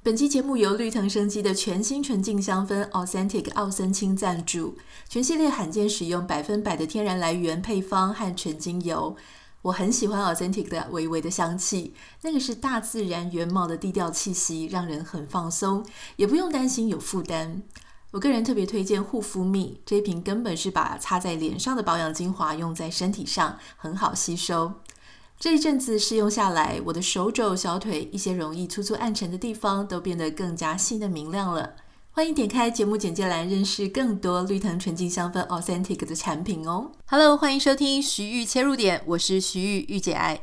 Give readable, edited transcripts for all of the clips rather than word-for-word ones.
本期节目由绿藤生机的全新纯净香氛 Authentic 奥森清赞助，全系列罕见使用100%的天然来源配方和纯精油。我很喜欢 Authentic 的微微的香气，那个是大自然原貌的低调气息，让人很放松，也不用担心有负担。我个人特别推荐护肤蜜，这一瓶根本是把擦在脸上的保养精华用在身体上，很好吸收。这一阵子试用下来，我的手肘、小腿一些容易粗粗暗沉的地方都变得更加细的明亮了。欢迎点开节目简介栏认识更多绿藤纯净香氛 Authentic 的产品哦。Hello， 欢迎收听徐玉切入点，我是徐玉玉姐爱。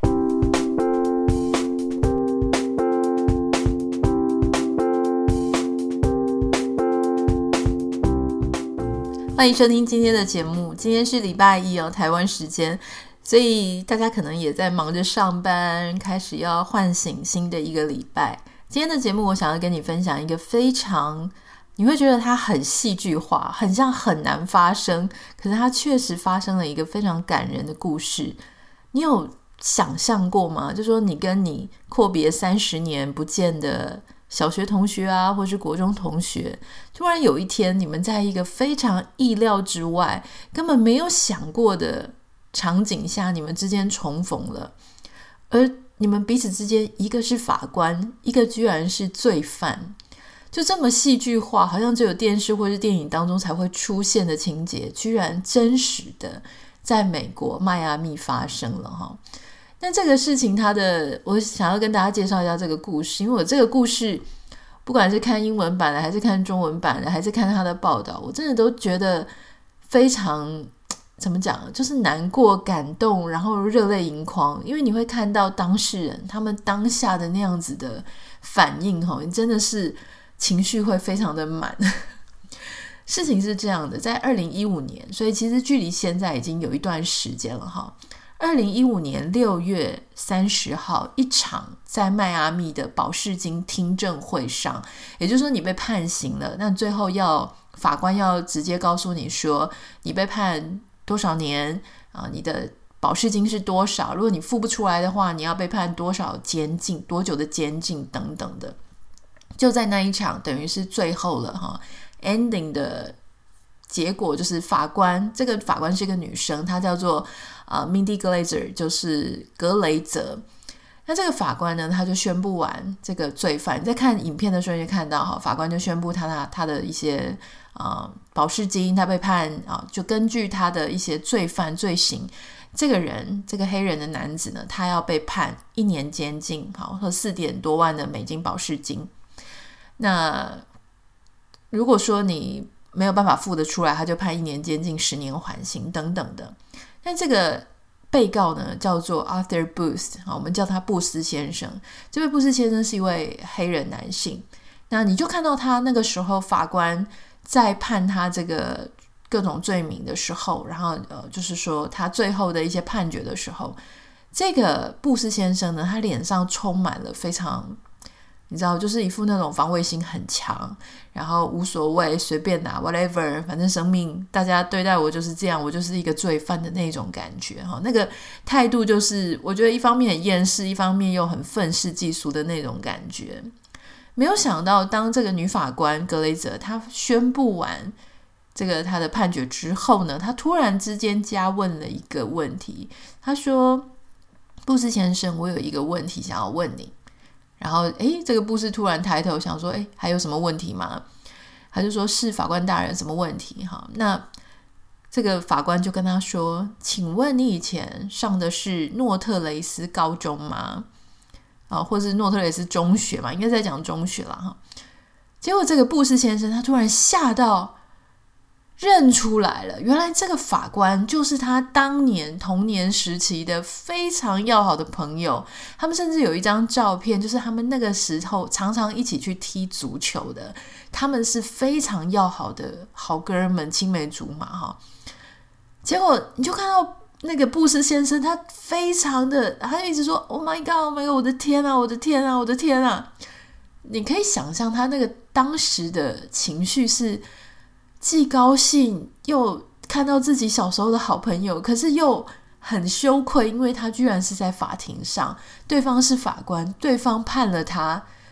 欢迎收听今天的节目，今天是礼拜一哦，台湾时间。所以大家可能也在忙着上班，开始要唤醒新的一个礼拜。今天的节目我想要跟你分享一个非常你会觉得它很戏剧化，很像很难发生，可是它确实发生了一个非常感人的故事。你有想象过吗？就说你跟你阔别30年不见的小学同学啊，或是国中同学，突然有一天你们在一个非常意料之外，根本没有想过的场景下，你们之间重逢了，而你们彼此之间，一个是法官，一个居然是罪犯，就这么戏剧化，好像只有电视或是电影当中才会出现的情节，居然真实的在美国迈阿密发生了哈。但这个事情我想要跟大家介绍一下这个故事，因为我这个故事不管是看英文版的还是看中文版的还是看他的报道，我真的都觉得非常怎么讲，就是难过、感动，然后热泪盈眶，因为你会看到当事人他们当下的那样子的反应，你真的是情绪会非常的满。事情是这样的，在2015年，所以其实距离现在已经有一段时间了哈。2015年6月30号，一场在迈阿密的保释金听证会上，也就是说你被判刑了，那最后法官要直接告诉你说你被判多少年你的保释金是多少，如果你付不出来的话，你要被判多少监禁，多久的监禁等等的。就在那一场等于是最后了ending 的结果，就是这个法官是一个女生，她叫做Mindy Glazer， 就是格雷泽。那这个法官呢，他就宣布完这个罪犯，你在看影片的时候就看到法官就宣布他的一些保释金，他被判就根据他的一些罪犯罪行，这个黑人的男子呢，他要被判1年监禁和4点多万的美金保释金。那如果说你没有办法付得出来，他就判1年监禁10年缓刑等等的。但这个被告呢叫做 Arthur Booth， 我们叫他布斯先生。这位布斯先生是一位黑人男性，那你就看到他那个时候法官在判他这个各种罪名的时候，然后就是说他最后的一些判决的时候，这个布斯先生呢，他脸上充满了非常你知道，就是一副那种防卫心很强，然后无所谓随便拿 whatever， 反正生命大家对待我就是这样，我就是一个罪犯的那种感觉那个态度就是我觉得一方面很厌世，一方面又很愤世嫉俗的那种感觉。没有想到当这个女法官格雷泽她宣布完这个她的判决之后呢，她突然之间加问了一个问题，她说布斯先生，我有一个问题想要问你。然后这个布斯突然抬头想说还有什么问题吗？他就说是法官大人，什么问题那这个法官就跟他说，请问你以前上的是诺特雷斯高中吗？或是诺特雷斯中学嘛，应该在讲中学啦结果这个布斯先生他突然吓到认出来了，原来这个法官就是他当年童年时期的非常要好的朋友，他们甚至有一张照片，就是他们那个时候常常一起去踢足球的，他们是非常要好的好哥们，青梅竹马结果你就看到那个布斯先生他非常的，他就一直说 Oh my God Oh my God， 我的天啊我的天啊我的天啊，你可以想象他那个当时的情绪是既高兴又看到自己小时候的好朋友，可是又很羞愧，因为他居然是在法庭上，对方是法官，对方判了他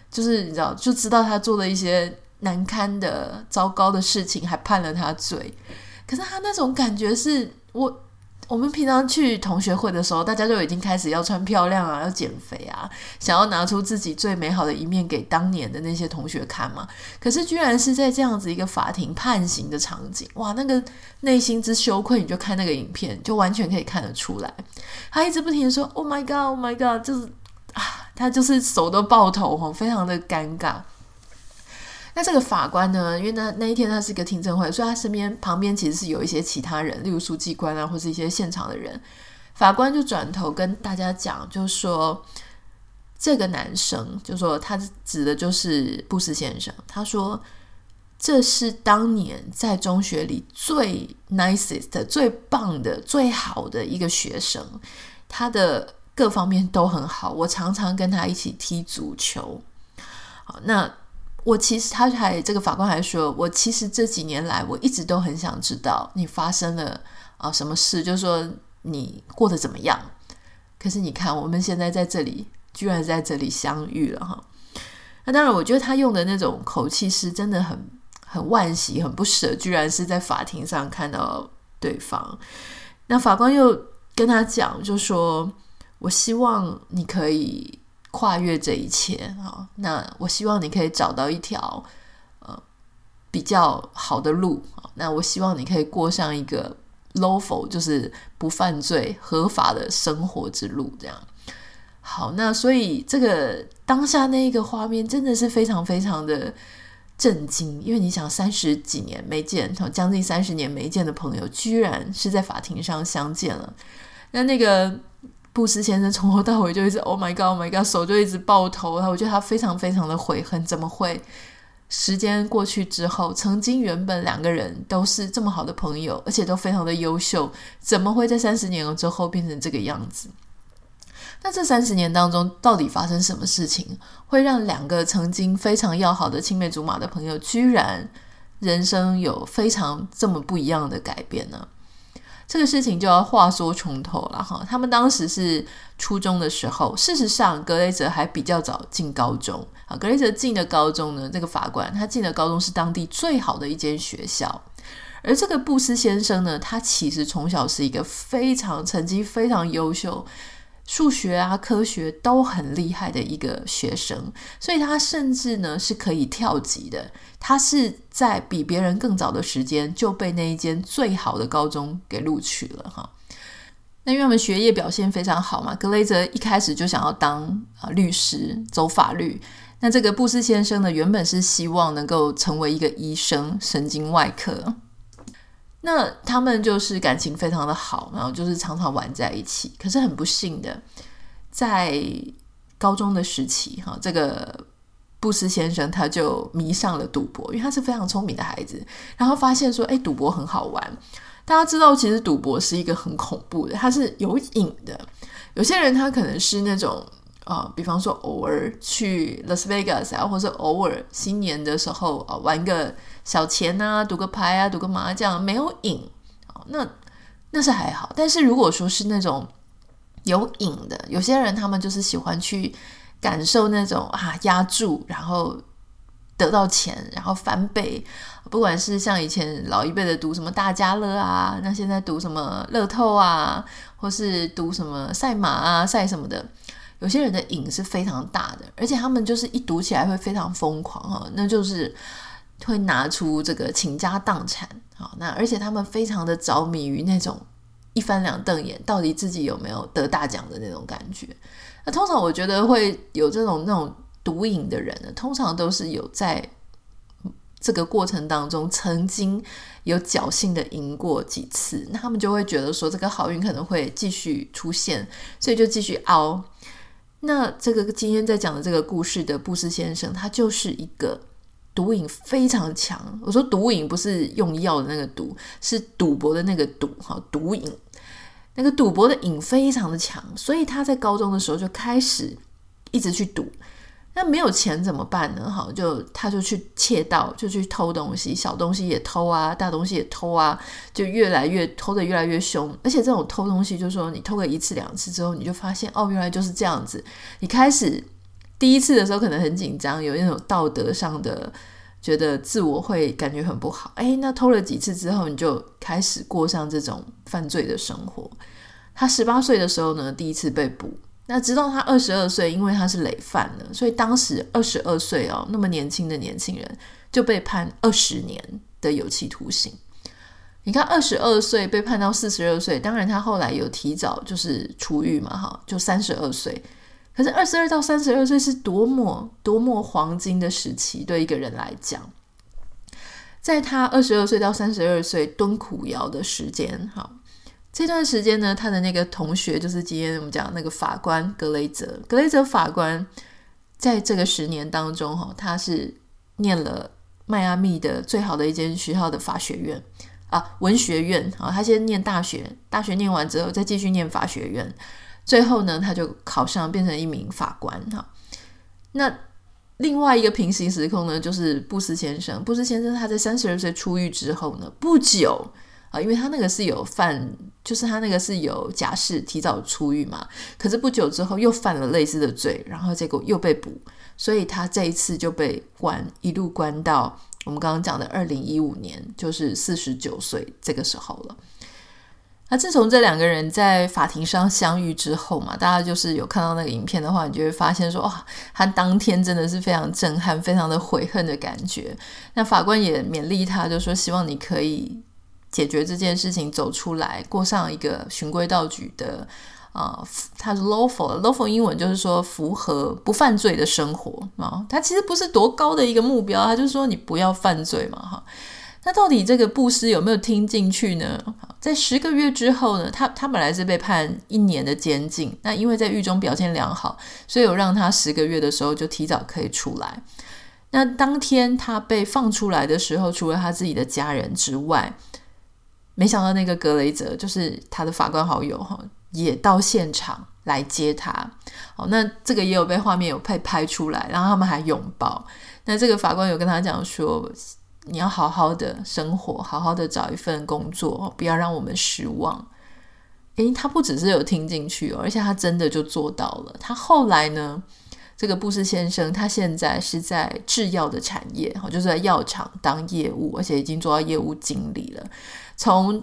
就是你知道，就知道他做了一些难堪的糟糕的事情，还判了他罪。可是他那种感觉是我们平常去同学会的时候，大家就已经开始要穿漂亮啊，要减肥啊，想要拿出自己最美好的一面给当年的那些同学看嘛。可是居然是在这样子一个法庭判刑的场景，哇，那个内心之羞愧，你就看那个影片就完全可以看得出来。他一直不停的说 Oh my god Oh my god， 就是他就是手都抱头，非常的尴尬。那这个法官呢，因为那一天他是一个听证会，所以他身边旁边其实是有一些其他人，例如书记官啊，或是一些现场的人。法官就转头跟大家讲，就说这个男生，就说他指的就是布斯先生，他说这是当年在中学里最 nicest 最棒的最好的一个学生，他的各方面都很好，我常常跟他一起踢足球。好，那我其实这个法官还说，我其实这几年来我一直都很想知道你发生了什么事，就是说你过得怎么样。可是你看我们现在在这里居然在这里相遇了哈。那当然我觉得他用的那种口气是真的很惋惜很不舍，居然是在法庭上看到对方。那法官又跟他讲，就说我希望你可以跨越这一切，那我希望你可以找到一条比较好的路，那我希望你可以过上一个 lawful 就是不犯罪合法的生活之路这样。好，那所以这个当下那一个画面真的是非常非常的震惊，因为你想30几年没见，将近30年没见的朋友居然是在法庭上相见了。那个布斯先生从头到尾就一直 Oh my god Oh my god， 手就一直抱头，我觉得他非常非常的悔恨，怎么会时间过去之后，曾经原本两个人都是这么好的朋友，而且都非常的优秀，怎么会在30年之后变成这个样子？那这30年当中到底发生什么事情，会让两个曾经非常要好的青梅竹马的朋友居然人生有非常这么不一样的改变呢？这个事情就要话说从头了哈。他们当时是初中的时候，事实上格雷泽还比较早进高中。格雷泽进的高中呢，这个法官他进的高中是当地最好的一间学校。而这个布斯先生呢，他其实从小是一个成绩非常优秀，数学啊科学都很厉害的一个学生，所以他甚至呢是可以跳级的。他是在比别人更早的时间就被那一间最好的高中给录取了哈。那因为他们学业表现非常好嘛，格雷泽一开始就想要当律师，走法律。那这个布斯先生呢，原本是希望能够成为一个医生，神经外科。那他们就是感情非常的好，然后就是常常玩在一起。可是很不幸的，在高中的时期这个布斯先生他就迷上了赌博，因为他是非常聪明的孩子，然后发现说赌博很好玩。大家知道其实赌博是一个很恐怖的，它是有瘾的。有些人他可能是那种比方说偶尔去 Las Vegas 或是偶尔新年的时候玩个小钱啊，赌个牌啊，赌个麻将，没有瘾那是还好。但是如果说是那种有瘾的，有些人他们就是喜欢去感受那种押注然后得到钱然后翻倍，不管是像以前老一辈的赌什么大家乐啊，那现在赌什么乐透啊，或是赌什么赛马啊赛什么的，有些人的瘾是非常大的，而且他们就是一赌起来会非常疯狂那就是会拿出这个倾家荡产那而且他们非常的着迷于那种一翻两瞪眼到底自己有没有得大奖的那种感觉。那通常我觉得会有那种毒瘾的人呢，通常都是有在这个过程当中曾经有侥幸的赢过几次，那他们就会觉得说这个好运可能会继续出现，所以就继续熬。那这个今天在讲的这个故事的布斯先生，他就是一个毒瘾非常强。我说毒瘾不是用药的那个毒，是赌博的那个赌，毒瘾。那个赌博的瘾非常的强，所以他在高中的时候就开始一直去赌。那没有钱怎么办呢？他就去窃盗，就去偷东西，小东西也偷啊，大东西也偷啊，就偷得越来越凶。而且这种偷东西就是说你偷个1次2次之后，你就发现原来就是这样子，你开始第一次的时候可能很紧张，有那种道德上的觉得自我会感觉很不好，那偷了几次之后你就开始过上这种犯罪的生活。他18岁的时候呢第一次被捕，那直到他22岁，因为他是累犯了，所以当时22岁那么年轻的年轻人就被判20年的有期徒刑。你看22岁被判到42岁，当然他后来有提早就是出狱嘛，就32岁。可是22到32岁是多么黄金的时期，对一个人来讲。在他22岁到32岁蹲苦窑的时间，这段时间呢，他的那个同学就是今天我们讲那个法官格雷泽法官，在这个10年当中，他是念了迈阿密的最好的一间学校的法学院文学院，他先念大学念完之后再继续念法学院，最后呢他就考上变成一名法官。那另外一个平行时空呢，就是布斯先生他在32岁出狱之后呢，不久因为他那个是有犯，就是他那个是有假释提早出狱嘛，可是不久之后又犯了类似的罪，然后结果又被捕，所以他这一次就被一路关到我们刚刚讲的2015年，就是49岁这个时候了。那自从这两个人在法庭上相遇之后嘛，大家就是有看到那个影片的话，你就会发现说他当天真的是非常震撼，非常的悔恨的感觉。那法官也勉励他，就说希望你可以解决这件事情，走出来，过上一个循规蹈矩的他是 lawful 英文就是说符合不犯罪的生活他其实不是多高的一个目标，他就是说你不要犯罪嘛那到底这个布施有没有听进去呢？在10个月之后呢，他本来是被判1年的监禁，那因为在狱中表现良好，所以有让他10个月的时候就提早可以出来。那当天他被放出来的时候，除了他自己的家人之外，没想到那个格雷泽就是他的法官好友也到现场来接他。那这个也有被画面有被拍出来，然后他们还拥抱。那这个法官有跟他讲说，你要好好的生活，好好的找一份工作，不要让我们失望。他不只是有听进去而且他真的就做到了。他后来呢，这个布斯先生他现在是在制药的产业，就是在药厂当业务，而且已经做到业务经理了。从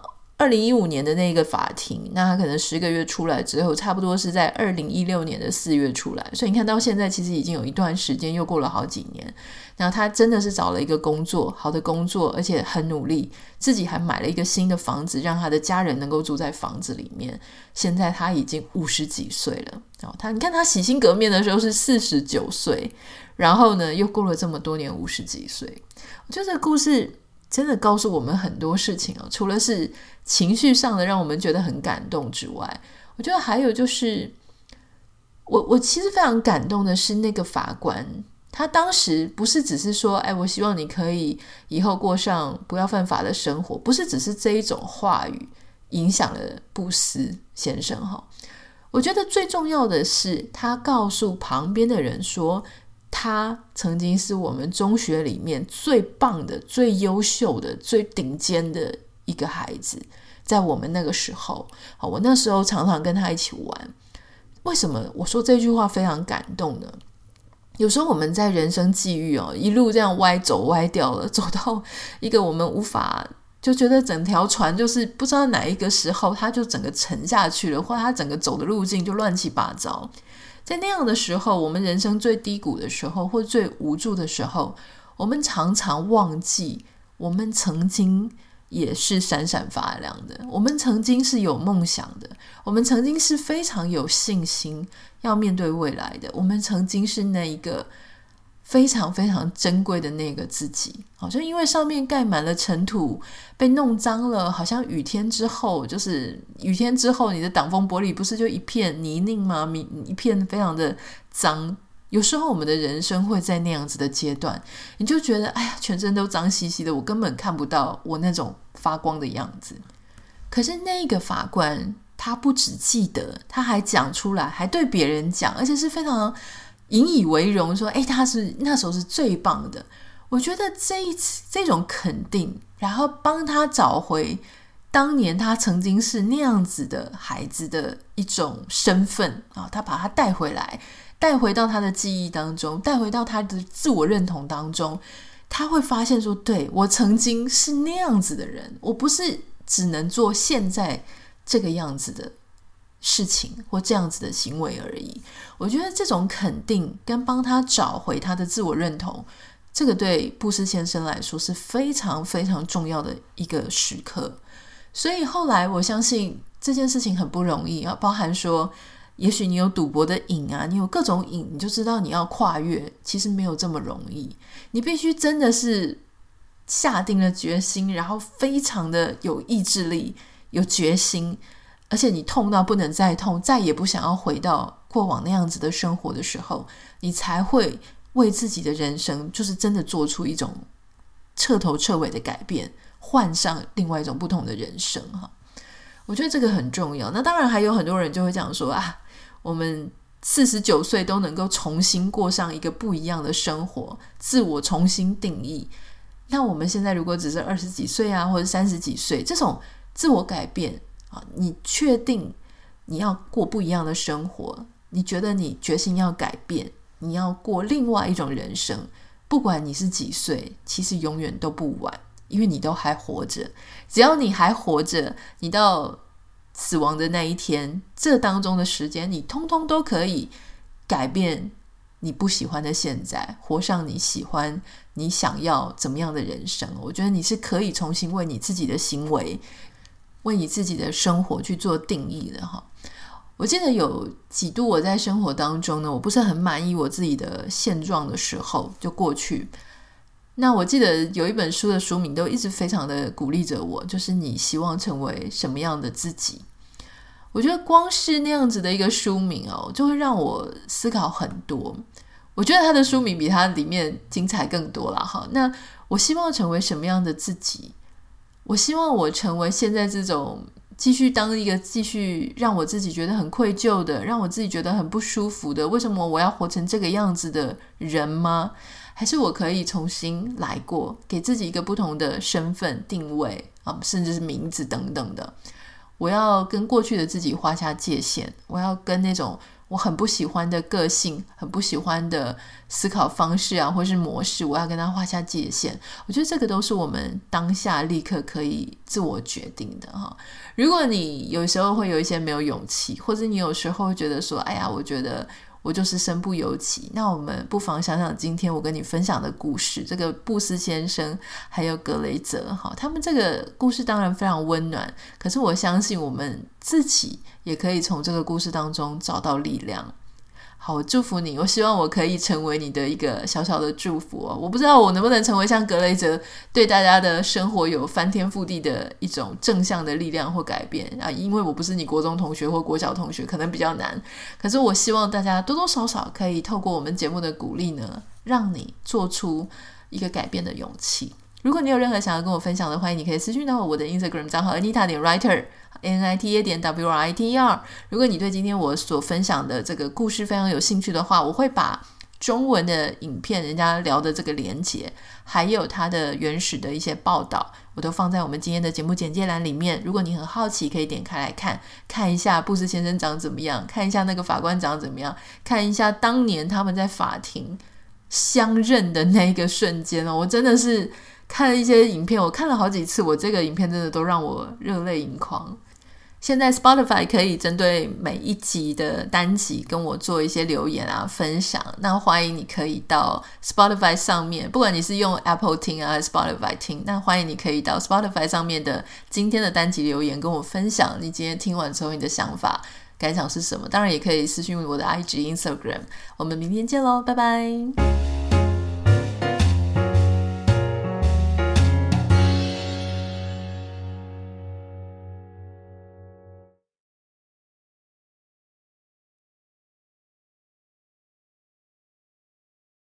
2015年的那个法庭，那他可能10个月出来之后，差不多是在2016年的4月出来，所以你看到现在其实已经有一段时间，又过了好几年。然后他真的是找了一个工作，好的工作，而且很努力，自己还买了一个新的房子，让他的家人能够住在房子里面。现在他已经50几岁了，你看他洗心革面的时候是49岁，然后呢又过了这么多年50几岁。我觉得这个故事真的告诉我们很多事情除了是情绪上的让我们觉得很感动之外，我觉得还有就是我其实非常感动的是那个法官，他当时不是只是说我希望你可以以后过上不要犯法的生活，不是只是这一种话语影响了布斯先生我觉得最重要的是他告诉旁边的人说，他曾经是我们中学里面最棒的、最优秀的、最顶尖的一个孩子。在我们那个时候，我那时候常常跟他一起玩。为什么我说这句话非常感动呢？有时候我们在人生际遇一路这样歪掉了，走到一个我们无法，就觉得整条船就是不知道哪一个时候它就整个沉下去了，或者它整个走的路径就乱七八糟。在那样的时候，我们人生最低谷的时候，或最无助的时候，我们常常忘记我们曾经也是闪闪发亮的，我们曾经是有梦想的，我们曾经是非常有信心要面对未来的，我们曾经是那一个非常非常珍贵的那个自己。好像因为上面盖满了尘土，被弄脏了，好像雨天之后你的挡风玻璃不是就一片泥泞吗？一片非常的脏。有时候我们的人生会在那样子的阶段，你就觉得全身都脏兮兮的，我根本看不到我那种发光的样子。可是那个法官他不只记得，他还讲出来，还对别人讲，而且是非常引以为荣，说他是那时候是最棒的。我觉得这种肯定，然后帮他找回当年他曾经是那样子的孩子的一种身份他把他带回来， 带回到他的记忆当中，带回到他的自我认同当中，他会发现说，对，我曾经是那样子的人，我不是只能做现在这个样子的事情或这样子的行为而已。我觉得这种肯定跟帮他找回他的自我认同，这个对布斯先生来说是非常非常重要的一个时刻。所以后来我相信这件事情很不容易，包含说也许你有赌博的瘾啊，你有各种瘾，你就知道你要跨越其实没有这么容易，你必须真的是下定了决心，然后非常的有意志力有决心，而且你痛到不能再痛，再也不想要回到过往那样子的生活的时候，你才会为自己的人生就是真的做出一种彻头彻尾的改变，换上另外一种不同的人生。我觉得这个很重要。那当然还有很多人就会讲说我们49岁都能够重新过上一个不一样的生活，自我重新定义。那我们现在如果只是20几岁或者30几岁，这种自我改变你确定你要过不一样的生活，你觉得你决心要改变，你要过另外一种人生，不管你是几岁，其实永远都不晚，因为你都还活着。只要你还活着，你到死亡的那一天，这当中的时间你通通都可以改变你不喜欢的现在，活上你喜欢你想要怎么样的人生。我觉得你是可以重新为你自己的行为，为你自己的生活去做定义的。我记得有几度我在生活当中呢，我不是很满意我自己的现状的时候就过去。那我记得有一本书的书名都一直非常的鼓励着我，就是你希望成为什么样的自己。我觉得光是那样子的一个书名就会让我思考很多。我觉得他的书名比他里面精彩更多啦。那我希望成为什么样的自己？我希望我成为现在这种继续让我自己觉得很愧疚的，让我自己觉得很不舒服的，为什么我要活成这个样子的人吗？还是我可以重新来过，给自己一个不同的身份定位甚至是名字等等的。我要跟过去的自己画下界限，我要跟那种我很不喜欢的个性，很不喜欢的思考方式或是模式，我要跟它画下界限。我觉得这个都是我们当下立刻可以自我决定的。如果你有时候会有一些没有勇气，或者你有时候会觉得说我觉得我就是身不由己，那我们不妨想想今天我跟你分享的故事，这个布斯先生还有格雷泽，他们这个故事当然非常温暖，可是我相信我们自己也可以从这个故事当中找到力量。好，我祝福你，我希望我可以成为你的一个小小的祝福我不知道我能不能成为像格雷泽，对大家的生活有翻天覆地的一种正向的力量或改变因为我不是你国中同学或国小同学，可能比较难。可是我希望大家多多少少可以透过我们节目的鼓励呢，让你做出一个改变的勇气。如果你有任何想要跟我分享的，欢迎你可以私讯到我的 Instagram 账号 Anita.Writer Anita.Writer。 如果你对今天我所分享的这个故事非常有兴趣的话，我会把中文的影片人家聊的这个连结，还有它的原始的一些报道，我都放在我们今天的节目简介栏里面。如果你很好奇，可以点开来看一下布斯先生长怎么样，看一下那个法官长怎么样，看一下当年他们在法庭相认的那个瞬间我真的是看了一些影片，我看了好几次，我这个影片真的都让我热泪盈眶。现在 Spotify 可以针对每一集的单集跟我做一些留言分享，那欢迎你可以到 Spotify 上面，不管你是用 Apple 听还是 Spotify 听，那欢迎你可以到 Spotify 上面的今天的单集留言跟我分享你今天听完之后你的想法感想是什么。当然也可以私讯我的 IG Instagram。 我们明天见咯，拜拜。